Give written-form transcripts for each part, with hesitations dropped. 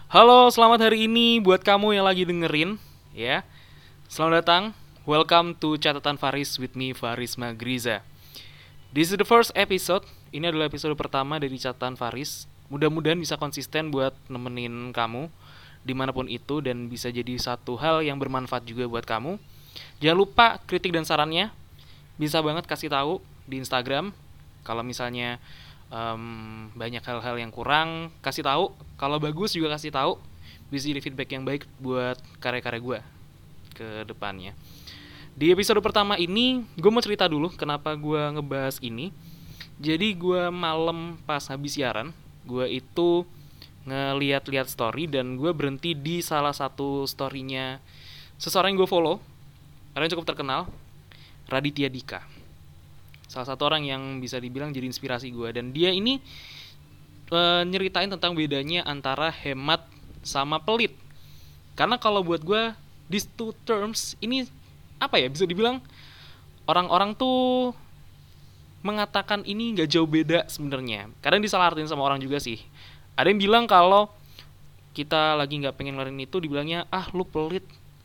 Halo, selamat hari ini buat kamu yang lagi dengerin, ya. Selamat datang. Welcome to Catatan Faris with me, Faris Magriza. This is the first episode. Ini adalah episode pertama dari Catatan Faris. Mudah-mudahan bisa konsisten buat nemenin kamu dimanapun itu dan bisa jadi satu hal yang bermanfaat juga buat kamu. Jangan lupa kritik dan sarannya bisa banget kasih tahu di Instagram. Kalau misalnya banyak hal-hal yang kurang, kasih tahu. Kalau bagus juga kasih tahu. Bisa jadi feedback yang baik buat karya-karya gue ke depannya. Di episode pertama ini, gue mau cerita dulu kenapa gue ngebahas ini. Jadi gue malam pas habis siaran, gue itu ngeliat-liat story dan gue berhenti di salah satu storynya seseorang yang gue follow, orang yang cukup terkenal, Raditya Dika. Salah satu orang yang bisa dibilang jadi inspirasi gue. Dan dia ini nyeritain tentang bedanya antara hemat sama pelit. Karena kalau buat gue, these two terms ini apa ya, bisa dibilang orang-orang tuh mengatakan ini nggak jauh beda sebenarnya. Kadang disalahartiin sama orang juga sih. Ada yang bilang kalau kita lagi nggak pengen ngeluarin itu, dibilangnya lu pelit,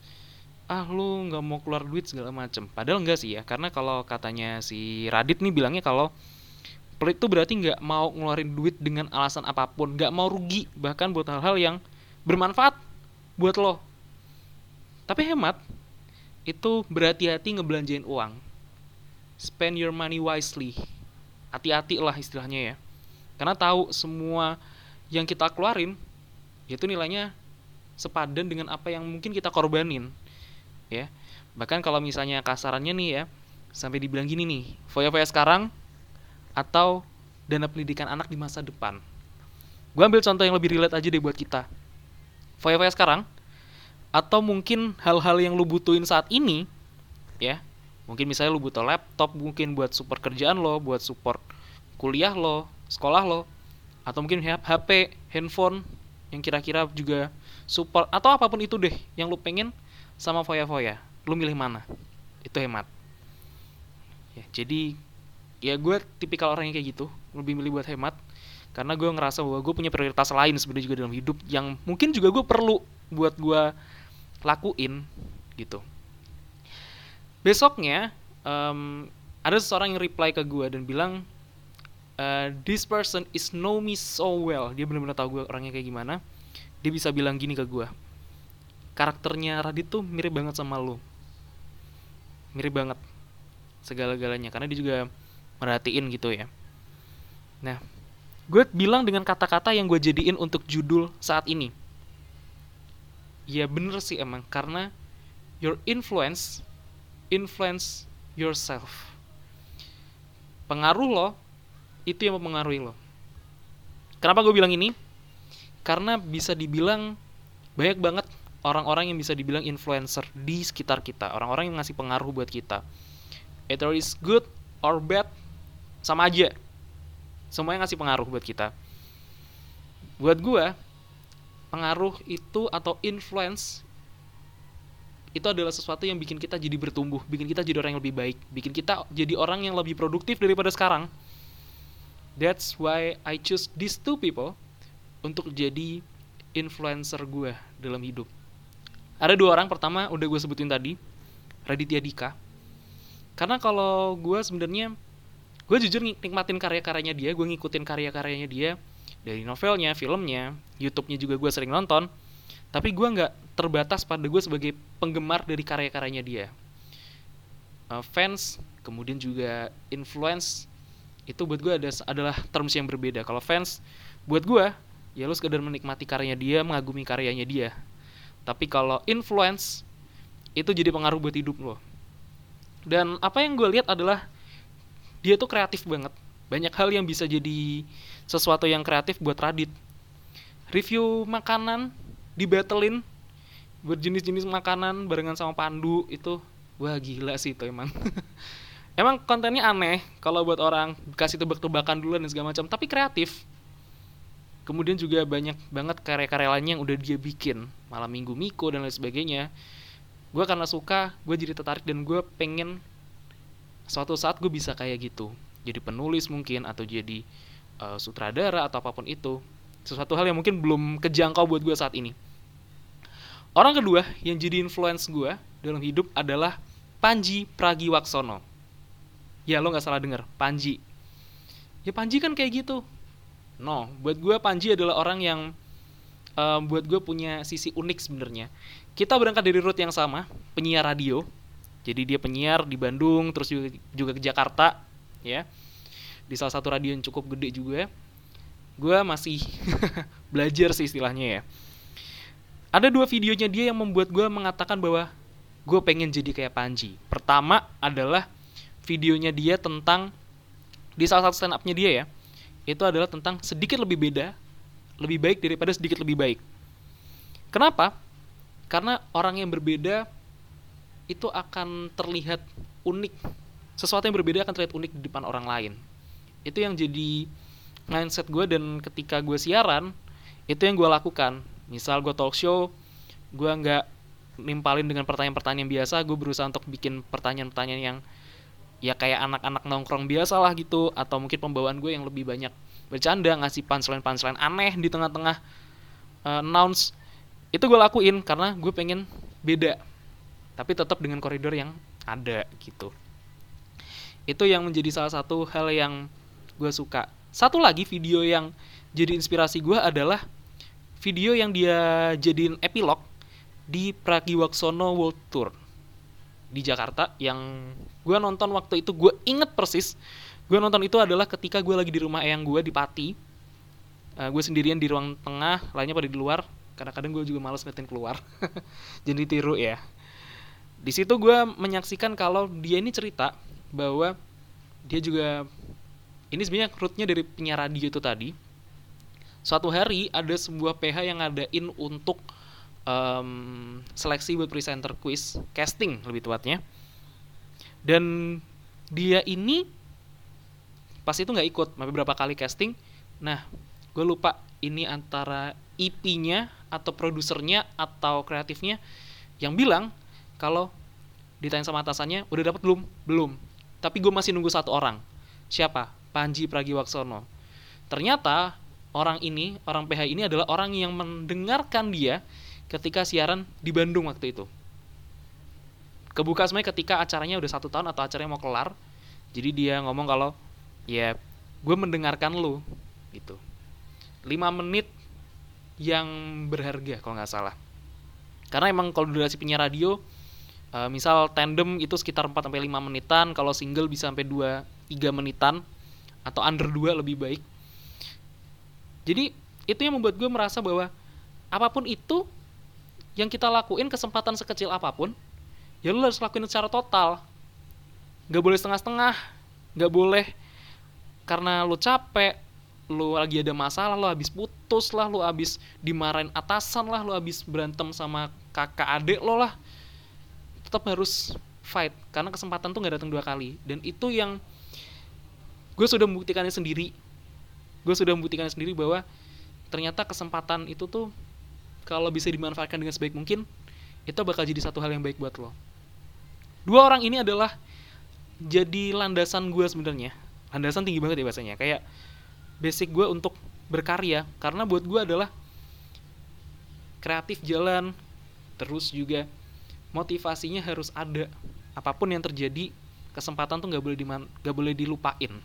lu nggak mau keluar duit segala macem. Padahal enggak sih ya, karena kalau katanya si Radit nih bilangnya kalau pelit itu berarti nggak mau ngeluarin duit dengan alasan apapun, nggak mau rugi bahkan buat hal-hal yang bermanfaat buat lo. Tapi hemat itu berhati-hati ngebelanjain uang. Spend your money wisely. Hati-hati lah istilahnya ya. Karena tahu semua yang kita keluarin itu nilainya sepadan dengan apa yang mungkin kita korbanin. Ya. Bahkan kalau misalnya kasarannya nih ya, sampai dibilang gini nih, foya-foya sekarang atau dana pendidikan anak di masa depan. Gue ambil contoh yang lebih relate aja deh buat kita. Foya-foya sekarang atau mungkin hal-hal yang lu butuhin saat ini, ya. Mungkin misalnya lu butuh laptop mungkin buat support kerjaan lo, buat support kuliah lo, sekolah lo, atau mungkin HP, handphone yang kira-kira juga support, atau apapun itu deh yang lu pengen sama foya-foya. Lu milih mana? Itu hemat. Ya, jadi ya gue tipikal orang yang kayak gitu, lebih milih buat hemat karena gue ngerasa bahwa gue punya prioritas lain sebenarnya juga dalam hidup yang mungkin juga gue perlu buat gue lakuin gitu. Besoknya ada seseorang yang reply ke gue dan bilang, this person is know me so well. Dia benar-benar tahu gue orangnya kayak gimana. Dia bisa bilang gini ke gue, karakternya Radit tuh mirip banget sama lo, mirip banget segala-galanya karena dia juga merhatiin gitu ya. Nah, gue bilang dengan kata-kata yang gue jadiin untuk judul saat ini. Ya bener sih emang, karena your influence yourself. Pengaruh lo itu yang mempengaruhi lo. Kenapa gue bilang ini? Karena bisa dibilang banyak banget orang-orang yang bisa dibilang influencer di sekitar kita, orang-orang yang ngasih pengaruh buat kita. Either is good or bad, sama aja. Semuanya ngasih pengaruh buat kita. Buat gue, pengaruh itu atau influence itu adalah sesuatu yang bikin kita jadi bertumbuh, bikin kita jadi orang yang lebih baik, bikin kita jadi orang yang lebih produktif daripada sekarang. That's why I choose these two people untuk jadi influencer gue dalam hidup. Ada dua orang, pertama udah gue sebutin tadi, Raditya Dika. Karena kalau gue sebenarnya, gue jujur nikmatin karya-karyanya dia, gue ngikutin karya-karyanya dia, dari novelnya, filmnya, YouTube-nya juga gue sering nonton. Tapi gue nggak terbatas pada gue sebagai penggemar dari karya-karyanya dia. Fans, kemudian juga influence, itu buat gue adalah terms yang berbeda. Kalau fans, buat gue, ya lu sekedar menikmati karyanya dia, mengagumi karyanya dia. Tapi kalau influence, itu jadi pengaruh buat hidup lo. Dan apa yang gue lihat adalah dia tuh kreatif banget. Banyak hal yang bisa jadi sesuatu yang kreatif buat Radit. Review makanan dibattlein, berjenis-jenis makanan barengan sama Pandu, itu wah gila sih itu emang. Emang kontennya aneh kalau buat orang, kasih tebak-tebakan duluan dan segala macam, tapi kreatif. Kemudian juga banyak banget karya-karya lainnya yang udah dia bikin, Malam Minggu Miko dan lain sebagainya. Gue karena suka, gue jadi tertarik dan gue pengen suatu saat gue bisa kayak gitu, jadi penulis mungkin atau jadi sutradara atau apapun itu. Sesuatu hal yang mungkin belum kejangkau buat gue saat ini. Orang kedua yang jadi influence gue dalam hidup adalah Pandji Pragiwaksono. Ya lo gak salah denger, Pandji. Ya Pandji kan kayak gitu. No, buat gue Pandji adalah orang yang buat gue punya sisi unik sebenarnya. Kita berangkat dari route yang sama, penyiar radio. Jadi dia penyiar di Bandung, terus juga ke Jakarta, ya. Di salah satu radio yang cukup gede juga. Gue masih belajar sih istilahnya ya. Ada 2 videonya dia yang membuat gue mengatakan bahwa gue pengen jadi kayak Pandji. Pertama adalah videonya dia tentang, di salah satu stand up-nya dia ya, itu adalah tentang sedikit lebih beda, lebih baik daripada sedikit lebih baik. Kenapa? Karena orang yang berbeda itu akan terlihat unik. Sesuatu yang berbeda akan terlihat unik di depan orang lain. Itu yang jadi mindset gue, dan ketika gue siaran, itu yang gue lakukan. Misal gue talk show, gue nggak nimpalin dengan pertanyaan-pertanyaan biasa, gue berusaha untuk bikin pertanyaan-pertanyaan yang ya kayak anak-anak nongkrong biasa lah gitu, atau mungkin pembawaan gue yang lebih banyak bercanda, ngasih punchline aneh di tengah-tengah announce. Itu gue lakuin karena gue pengen beda, tapi tetap dengan koridor yang ada gitu. Itu yang menjadi salah satu hal yang gue suka. Satu lagi video yang jadi inspirasi gue adalah video yang dia jadiin epilog di Pragiwaksono World Tour di Jakarta, yang gue nonton waktu itu. Gue inget persis, gue nonton itu adalah ketika gue lagi di rumah eyang gue di Pati. Gue sendirian di ruang tengah, lainnya pada di luar. Kadang-kadang gue juga malas ngeliatin keluar. Jadi tiru ya. Di situ gue menyaksikan kalau dia ini cerita bahwa dia juga, ini sebenarnya rootnya dari penyiar radio itu tadi. Suatu hari ada sebuah PH yang ngadain untuk seleksi buat presenter quiz, casting lebih tepatnya. Dan dia ini pas itu nggak ikut, beberapa kali casting. Nah, gue lupa ini antara IP-nya atau produsernya atau kreatifnya yang bilang kalau ditanya sama atasannya, udah dapat belum? Belum. Tapi gue masih nunggu satu orang. Siapa? Pandji Pragiwaksono. Ternyata orang PH ini adalah orang yang mendengarkan dia ketika siaran di Bandung waktu itu. Kebuka semuanya ketika acaranya udah 1 tahun atau acaranya mau kelar. Jadi dia ngomong kalau, ya gue mendengarkan lu gitu. 5 menit yang berharga kalau gak salah. Karena emang kalau durasi penyiar radio, misal tandem itu sekitar 4-5 menitan. Kalau single bisa sampai 2-3 menitan. Atau under 2 lebih baik. Jadi itu yang membuat gue merasa bahwa apapun itu yang kita lakuin, kesempatan sekecil apapun, ya lu harus lakuin secara total. Gak boleh setengah-setengah. Gak boleh karena lu capek, lu lagi ada masalah, lu habis putus lah, lu habis dimarahin atasan lah, lu habis berantem sama kakak adik lo lah. Tetap harus fight, karena kesempatan tuh gak datang 2 kali. Dan itu yang gue sudah membuktikannya sendiri. Bahwa ternyata kesempatan itu tuh kalau bisa dimanfaatkan dengan sebaik mungkin, itu bakal jadi satu hal yang baik buat lo. 2 orang ini adalah jadi landasan gue sebenarnya. Landasan tinggi banget ya bahasanya. Kayak basic gue untuk berkarya. Karena buat gue adalah kreatif jalan, terus juga motivasinya harus ada. Apapun yang terjadi, kesempatan tuh gak boleh dilupain.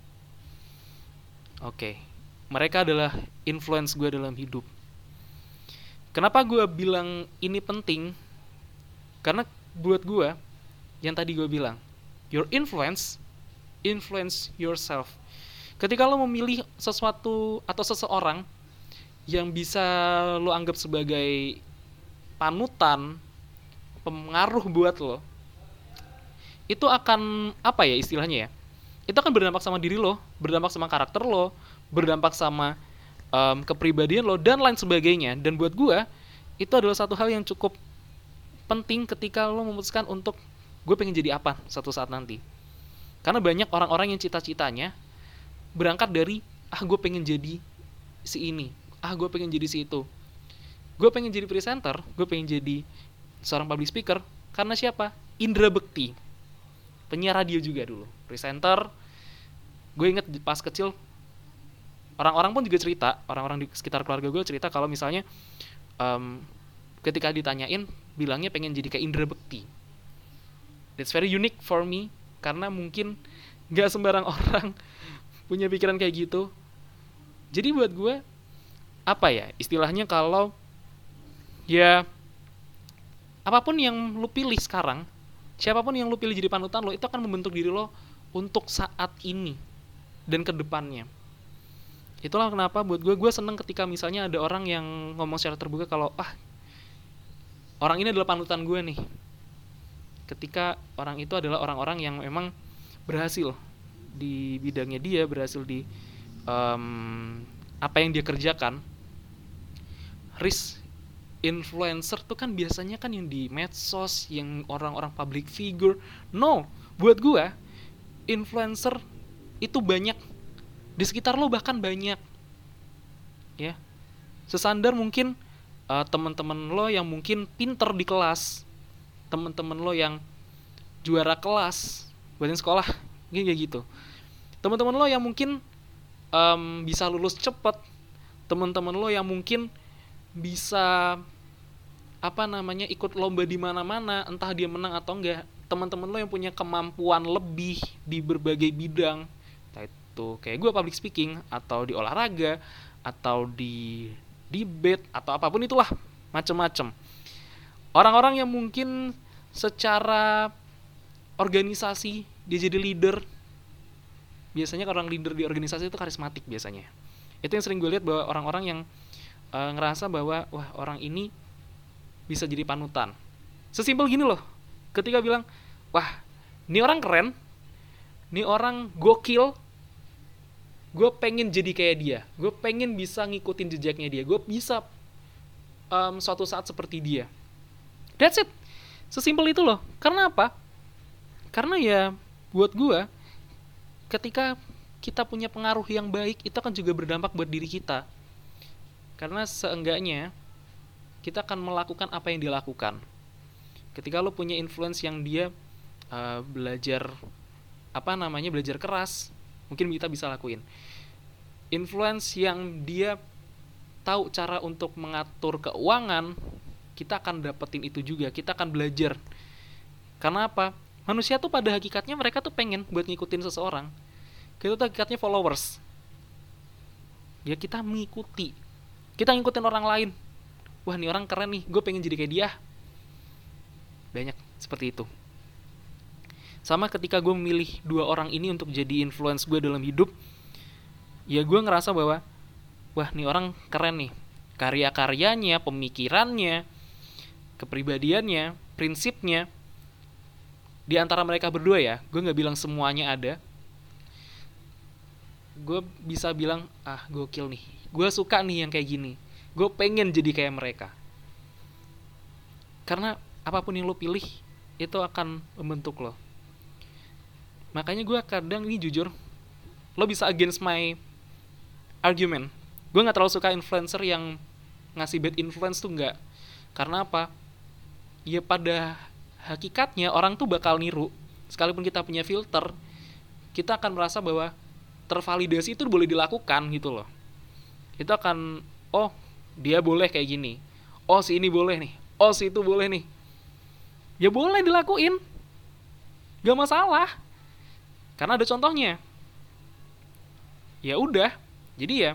Oke. Mereka adalah influence gue dalam hidup. Kenapa gue bilang ini penting? Karena buat gue, yang tadi gue bilang, your influence yourself. Ketika lo memilih sesuatu atau seseorang yang bisa lo anggap sebagai panutan, pengaruh buat lo, itu akan, apa ya istilahnya ya, itu akan berdampak sama diri lo, berdampak sama karakter lo, berdampak sama kepribadian lo, dan lain sebagainya. Dan buat gue, itu adalah satu hal yang cukup penting ketika lo memutuskan untuk gue pengen jadi apa suatu saat nanti. Karena banyak orang-orang yang cita-citanya berangkat dari, gue pengen jadi si ini, gue pengen jadi si itu, gue pengen jadi presenter, gue pengen jadi seorang public speaker. Karena siapa? Indra Bekti, penyiar radio juga dulu, presenter. Gue inget pas kecil Orang-orang pun juga cerita, orang-orang di sekitar keluarga gue cerita kalau misalnya em, ketika ditanyain bilangnya pengen jadi kayak Indra Bekti. That's very unique for me karena mungkin nggak sembarang orang punya pikiran kayak gitu. Jadi buat gue apa ya istilahnya kalau ya apapun yang lu pilih sekarang, siapapun yang lu pilih jadi panutan lo itu akan membentuk diri lo untuk saat ini dan kedepannya. Itulah kenapa buat gue seneng ketika misalnya ada orang yang ngomong secara terbuka kalau orang ini adalah panutan gue nih. Ketika orang itu adalah orang-orang yang memang berhasil di bidangnya dia, berhasil di apa yang dia kerjakan. Risk influencer tuh kan biasanya kan yang di medsos, yang orang-orang public figure. No, buat gue influencer itu banyak di sekitar lo, bahkan banyak ya. Sesandar mungkin teman-teman lo yang mungkin pinter di kelas, teman-teman lo yang juara kelas buatin sekolah kayak gitu, teman-teman lo yang mungkin bisa lulus cepet, teman-teman lo yang mungkin bisa ikut lomba di mana-mana, entah dia menang atau enggak, teman-teman lo yang punya kemampuan lebih di berbagai bidang, entah itu kayak gue public speaking atau di olahraga atau di debate atau apapun itulah, macem-macem. Orang-orang yang mungkin secara organisasi dia jadi leader, biasanya orang leader di organisasi itu karismatik biasanya. Itu yang sering gue lihat bahwa orang-orang yang ngerasa bahwa wah orang ini bisa jadi panutan. Sesimpel gini loh, ketika bilang wah ini orang keren, ini orang gokil, gue pengen jadi kayak dia, gue pengen bisa ngikutin jejaknya dia, gue bisa suatu saat seperti dia. That's it. Sesimpel itu loh. Karena apa? Karena ya buat gue ketika kita punya pengaruh yang baik itu akan juga berdampak buat diri kita. Karena seenggaknya kita akan melakukan apa yang dia lakukan. Ketika lo punya influence yang dia belajar belajar keras, mungkin kita bisa lakuin. Influence yang dia tahu cara untuk mengatur keuangan, kita akan dapetin itu juga, kita akan belajar. Karena apa? Manusia tuh pada hakikatnya mereka tuh pengen buat ngikutin seseorang. Kita tuh hakikatnya followers. Ya kita mengikuti, kita ngikutin orang lain. Wah nih orang keren nih, gue pengen jadi kayak dia. Banyak seperti itu. Sama ketika gue memilih dua orang ini untuk jadi influence gue dalam hidup, ya gue ngerasa bahwa wah nih orang keren nih, karya-karyanya, pemikirannya, kepribadiannya, prinsipnya. Di antara mereka berdua ya, gue gak bilang semuanya ada, gue bisa bilang gokil nih, gue suka nih yang kayak gini, gue pengen jadi kayak mereka. Karena apapun yang lo pilih itu akan membentuk lo. Makanya gue kadang ini jujur, lo bisa against my argument, gue gak terlalu suka influencer yang ngasih bad influence tuh, enggak. Karena apa? Ya pada hakikatnya orang tuh bakal niru. Sekalipun kita punya filter, kita akan merasa bahwa tervalidasi itu boleh dilakukan gitu loh. Itu akan, oh dia boleh kayak gini, oh si ini boleh nih, oh si itu boleh nih. Ya boleh dilakuin, gak masalah, karena ada contohnya. Ya udah. Jadi ya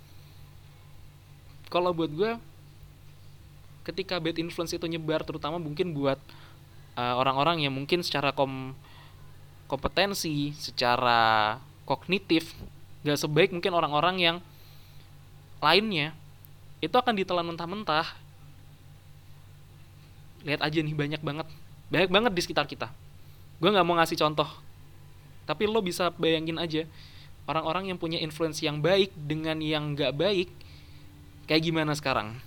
kalau buat gue, ketika bad influence itu nyebar, terutama mungkin buat orang-orang yang mungkin secara kompetensi, secara kognitif gak sebaik mungkin orang-orang yang lainnya, itu akan ditelan mentah-mentah. Lihat aja nih, banyak banget di sekitar kita. Gue gak mau ngasih contoh, tapi lo bisa bayangin aja orang-orang yang punya influence yang baik dengan yang gak baik kayak gimana sekarang.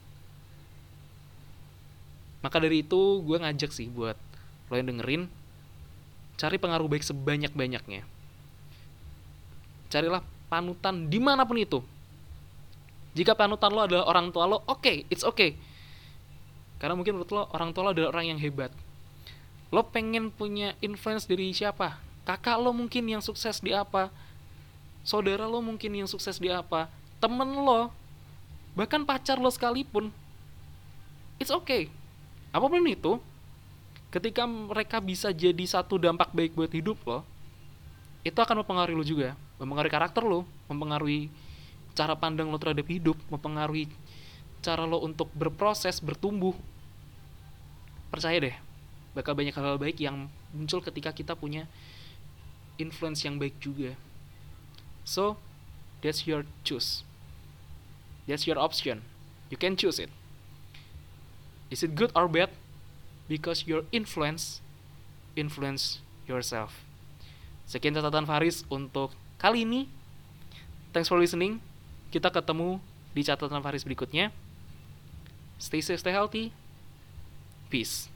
Maka dari itu gue ngajak sih buat lo yang dengerin, cari pengaruh baik sebanyak-banyaknya. Carilah panutan dimanapun itu. Jika panutan lo adalah orang tua lo, oke, it's okay. Karena mungkin menurut lo orang tua lo adalah orang yang hebat. Lo pengen punya influence dari siapa? Kakak lo mungkin yang sukses di apa? saudara lo mungkin yang sukses di apa, temen lo, bahkan pacar lo sekalipun, it's okay. Apapun itu, ketika mereka bisa jadi satu dampak baik buat hidup lo, itu akan mempengaruhi lo juga, mempengaruhi karakter lo, mempengaruhi cara pandang lo terhadap hidup, mempengaruhi cara lo untuk berproses, bertumbuh. Percaya deh, bakal banyak hal-hal baik yang muncul ketika kita punya influence yang baik juga. So, that's your choice. That's your option. You can choose it. Is it good or bad? Because your influence yourself. Sekian catatan Faris untuk kali ini. Thanks for listening. Kita ketemu di catatan Faris berikutnya. Stay safe, stay healthy. Peace.